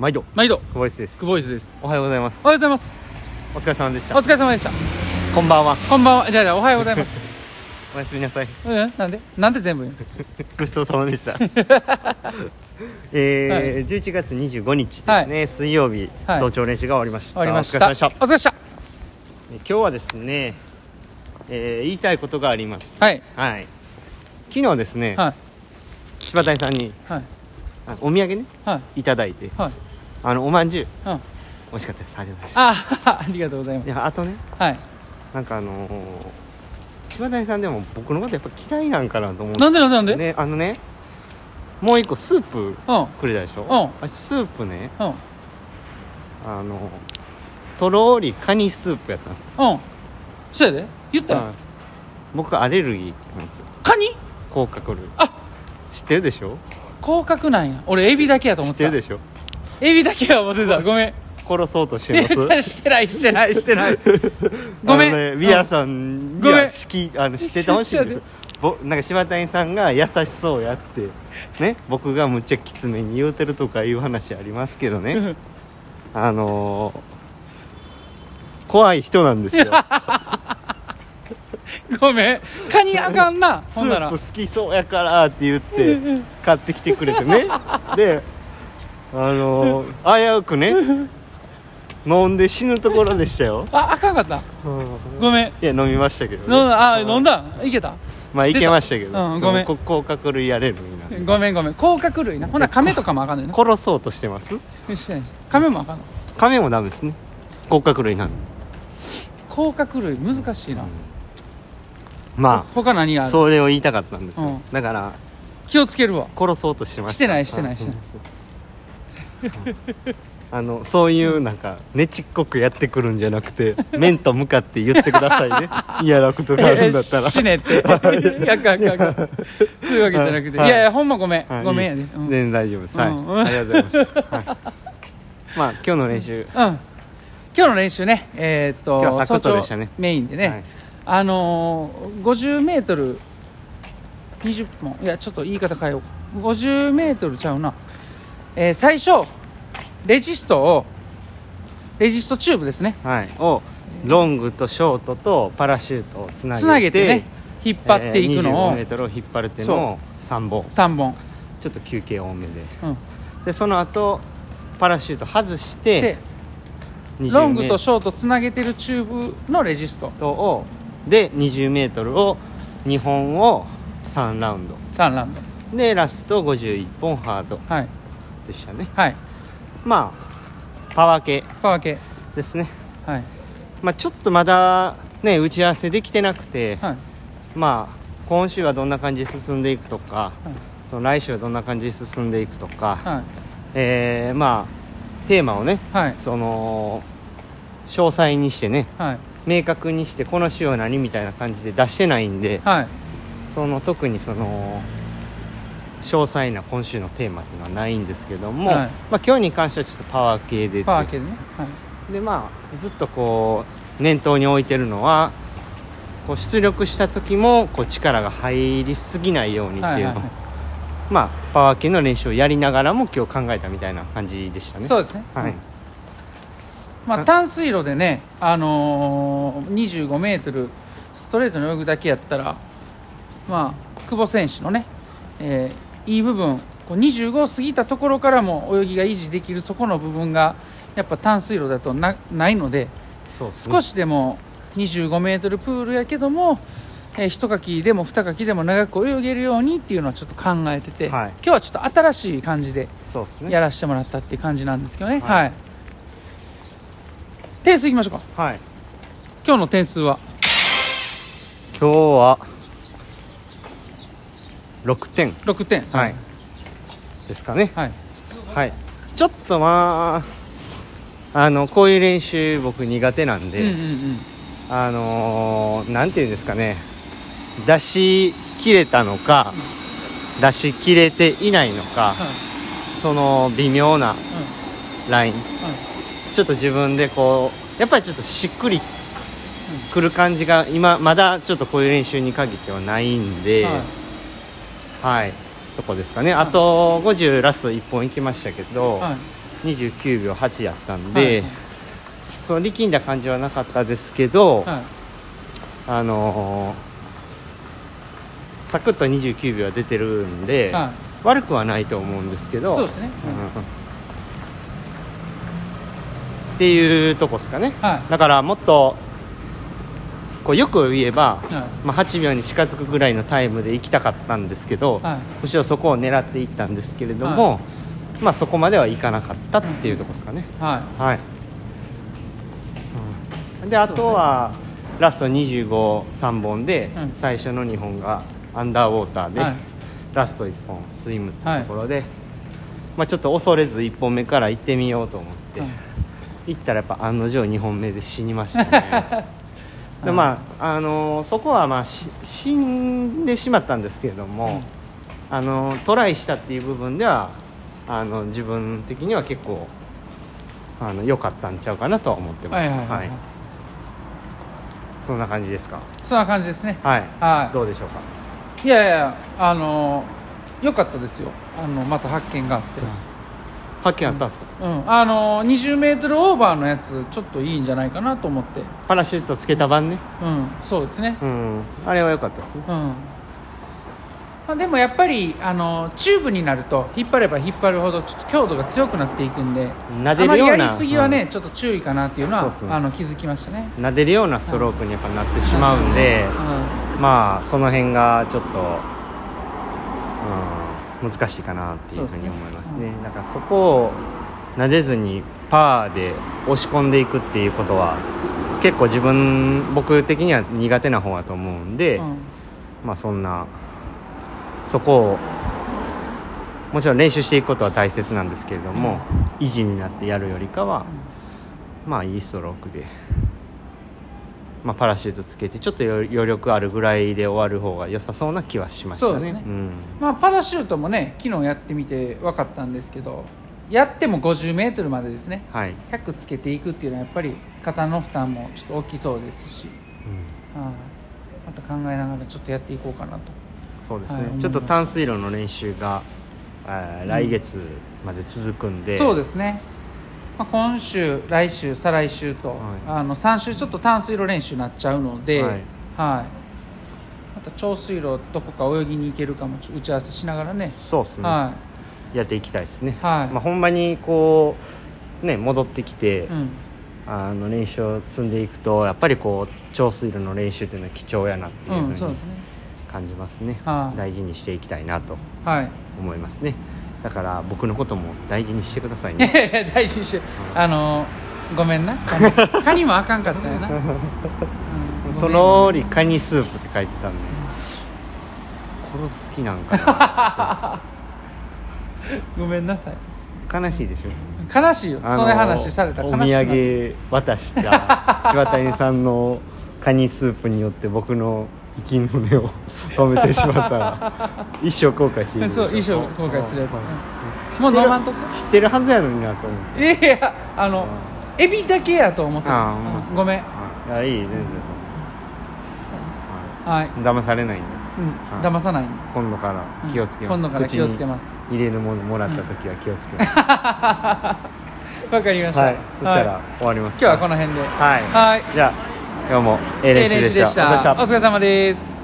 毎度毎度久保井です。 久保井です。 おはようございます。 おはようございます。 お疲れ様でしおた。 疲れ様でした。 こんばんは。 こんばんは。じゃあおはようございます。 おやすみなさい。 なんで全部言うごちそうさまでした11月25日ですね、 はい水曜日、 はい早朝練習が終わりました。 終わりました。 お疲れ様でした。 お疲れ様でした。 今日はですね、言いたいことがあります。 はいはい。昨日ですね、 はい柴谷さんにはいお土産ねはいいただいて、 はいおまんじゅううん美味しかったです。ありがとうございましありがとうございまた。 す。 いや、あとね、 はい。 なんか柴谷さんでも僕のことやっぱ嫌いなんかなと思って。 なんでね、もう一個スープうんくれたでしょ。 うんあれスープね、 うんとろーりカニスープやったんですよ。 うんそうやで言ったよ。 はい僕アレルギーなんですよ。 カニ甲殻類。 あ知ってるでしょ。 甲殻なんや。俺エビだけやと思ってた。 知ってるでしょ。 エビだけは思ってた。ごめん。 殺そうとしてますしてないごめん。 ビアさんにごめんは知っててほしいんです。なんか柴谷さんが優しそうやってね、僕がむっちゃきつめに言うてるとかいう話ありますけどね怖い人なんですよごめん。カニあかんな。 スほんならープ好きそうやからって言って買ってきてくれてねで危うくね飲んで死ぬところでしたよ。 あかんかった。ごめん。 いや飲みましたけど、ね、 飲んだいけた。 まあいけましたけど、 ごめん。 甲殻類やれるみんな。 ごめん甲殻類な。ほなカメとかもあかんねんな。 殺そうとしてます。 してないしカメもあかんの。 カメもダメですね。甲殻類なんで。 甲殻類難しいな。 まあ他何がある。 それを言いたかったんですよ、 うんだから気をつけるわ。 殺そうとしてました。 してないそういうなんかねちっこくやってくるんじゃなくて面と向かって言ってくださいね嫌なことがあるんだったら死ねってあかんそういうわけじゃなくて、 はいいやほんまごめん、 はいごめんやで、 全然大丈夫です、はいうんありがとうございます、はい、まあ今日の練習今日の練習ね今日はサクッとでしたね。 早朝メインでね、 はい 50メートル20本いやちょっと言い方変えよう。50メートルちゃうな、最初レジストチューブですねはい、をロングとショートとパラシュートをつなげてね引っ張っていくのを、 25m を引っ張るっていうのを3本 3本、 ちょっと休憩多めで、 うん、 でその後パラシュート外してでロングとショートつなげてるチューブのレジストをで 20m を2本を3ラウンド 3ラウンドでラスト51本ハードはいでしたね。 はいまあパワー系パワー系ですね。 はいまあちょっとまだね打ち合わせできてなくて、 はいまあ今週はどんな感じで進んでいくとか、 はいその来週はどんな感じで進んでいくとか、 はいまあテーマをね、 はいその詳細にしてねはい明確にしてこの週は何みたいな感じで出してないんで、 はい特にその詳細な今週のテーマっていうのはないんですけども、 はいまあ、今日に関してはちょっとパワー系でパワー系でねはいでまあずっとこう念頭に置いてるのはこう出力した時もこう力が入りすぎないようにっていうのを、 はいはいはいまあパワー系の練習をやりながらも今日考えたみたいな感じでしたね。 そうですねはい、 まあ淡水路でね25メートルストレートに泳ぐだけやったらまあ久保選手のね、いい部分こう25を過ぎたところからも泳ぎが維持できるそこの部分がやっぱ淡水路だとないので、 そうですね、 少しでも25メートルプールやけども、一かきでも二かきでも長く泳げるようにっていうのはちょっと考えてて、 はい今日はちょっと新しい感じでそうですねやらせてもらったっていう感じなんですけどね。 はいはい点数いきましょうか。 はい、 今日の点数は今日は6点 6点はいですかね。 はいはい、ちょっとまあこういう練習僕苦手なんで、なんていうんですかね、出し切れたのか、出し切れていないのか、その微妙なライン、ちょっと自分でこうやっぱりちょっとしっくりくる感じが今まだちょっとこういう練習に限ってはないんで、はい、とこですかね。あと50ラスト1本いきましたけど、 29秒8やったんで、 はい、 その力んだ感じはなかったですけど、 はい、 サクッと29秒は出てるんで、 はい、 悪くはないと思うんですけど、 そうですね、 っていうとこですかね、 はい、 だからもっとこうよく言えば、 はい、 まあ、8秒に近づくぐらいのタイムで行きたかったんですけど、 はい、 むしろそこを狙っていったんですけれども、まあ、そこまではいかなかったっていうところですかね、 はい、 はい、であとはラスト253本で、最初の2本がアンダーウォーターで、ラスト1本スイムっていうところで、まあ、ちょっと恐れず1本目から行ってみようと思って、行ったらやっぱ案の定2本目で死にましたねで、まあそこはまあ死んでしまったんですけれども、トライしたっていう部分では自分的には結構良かったんちゃうかなとは思ってます。はい、そんな感じですか。 そんな感じですね。 はい、 はい、 どうでしょうか。 いやいや良かったですよ。また発見があって、 発見あったんですか。 20メートルオーバーのやつちょっといいんじゃないかなと思って。 パラシュートつけた版ね。 そうですね。 あれは良かったですね。 でもやっぱりチューブになると引っ張れば引っ張るほどちょっと強度が強くなっていくんで、 撫でるようなあまりやりすぎはね、ちょっと注意かなっていうのは気づきましたね。 撫でるようなストロークにやっぱなってしまうんで、まあその辺がちょっと、難しいかなっていうふうに思いますね。だからそこを撫でずにパーで押し込んでいくっていうことは結構僕的には苦手な方だと思うんで、まあそこをもちろん練習していくことは大切なんですけれども、維持になってやるよりかは、まあいいストロークで、まあ、パラシュートつけてちょっと余力あるぐらいで終わる方が良さそうな気はしましたね。 そうですね、まあ、パラシュートもね昨日やってみて分かったんですけど、やっても50メートルまでですね、100つけていくっていうのはやっぱり肩の負担もちょっと大きそうですし、また考えながらちょっとやっていこうかなと。 そうですね、ちょっと淡水路の練習が来月まで続くんで、 そうですね、今週来週再来週と、3週ちょっと淡水路練習になっちゃうので、また長水路どこか泳ぎに行けるかも打ち合わせしながらね、 そうですね、やっていきたいですね。まあ、ほんまにこうね戻ってきて、練習を積んでいくとやっぱりこう長水路の練習というのは貴重やなっていうふうに感じますね。大事にしていきたいなと思いますね。だから僕のことも大事にしてくださいね。 大事にして、ごめんな、カニもあかんかったよな。 とろりカニスープって書いてたんで、殺す気なんかなごめんなさい。 悲しいでしょ。 悲しいよ、それ話されたら悲しい。 お土産渡した柴谷さんのカニスープによって僕の息の根を止めてしまったら一生後悔しているでしょ。 そう、一生後悔するやつ、もう飲まんとこ。 知ってるはずやのになと思って。 いやエビだけやと思ってた。ごめん。 いや、いい、全然騙されないんで、 騙さない。 今度から気をつけます。 今度から気をつけます。 入れるものもらった時は気をつけます。 わかりました。 そしたら終わります。 今日はこの辺で。 じゃあ今日も練習でした。 お疲れ様です。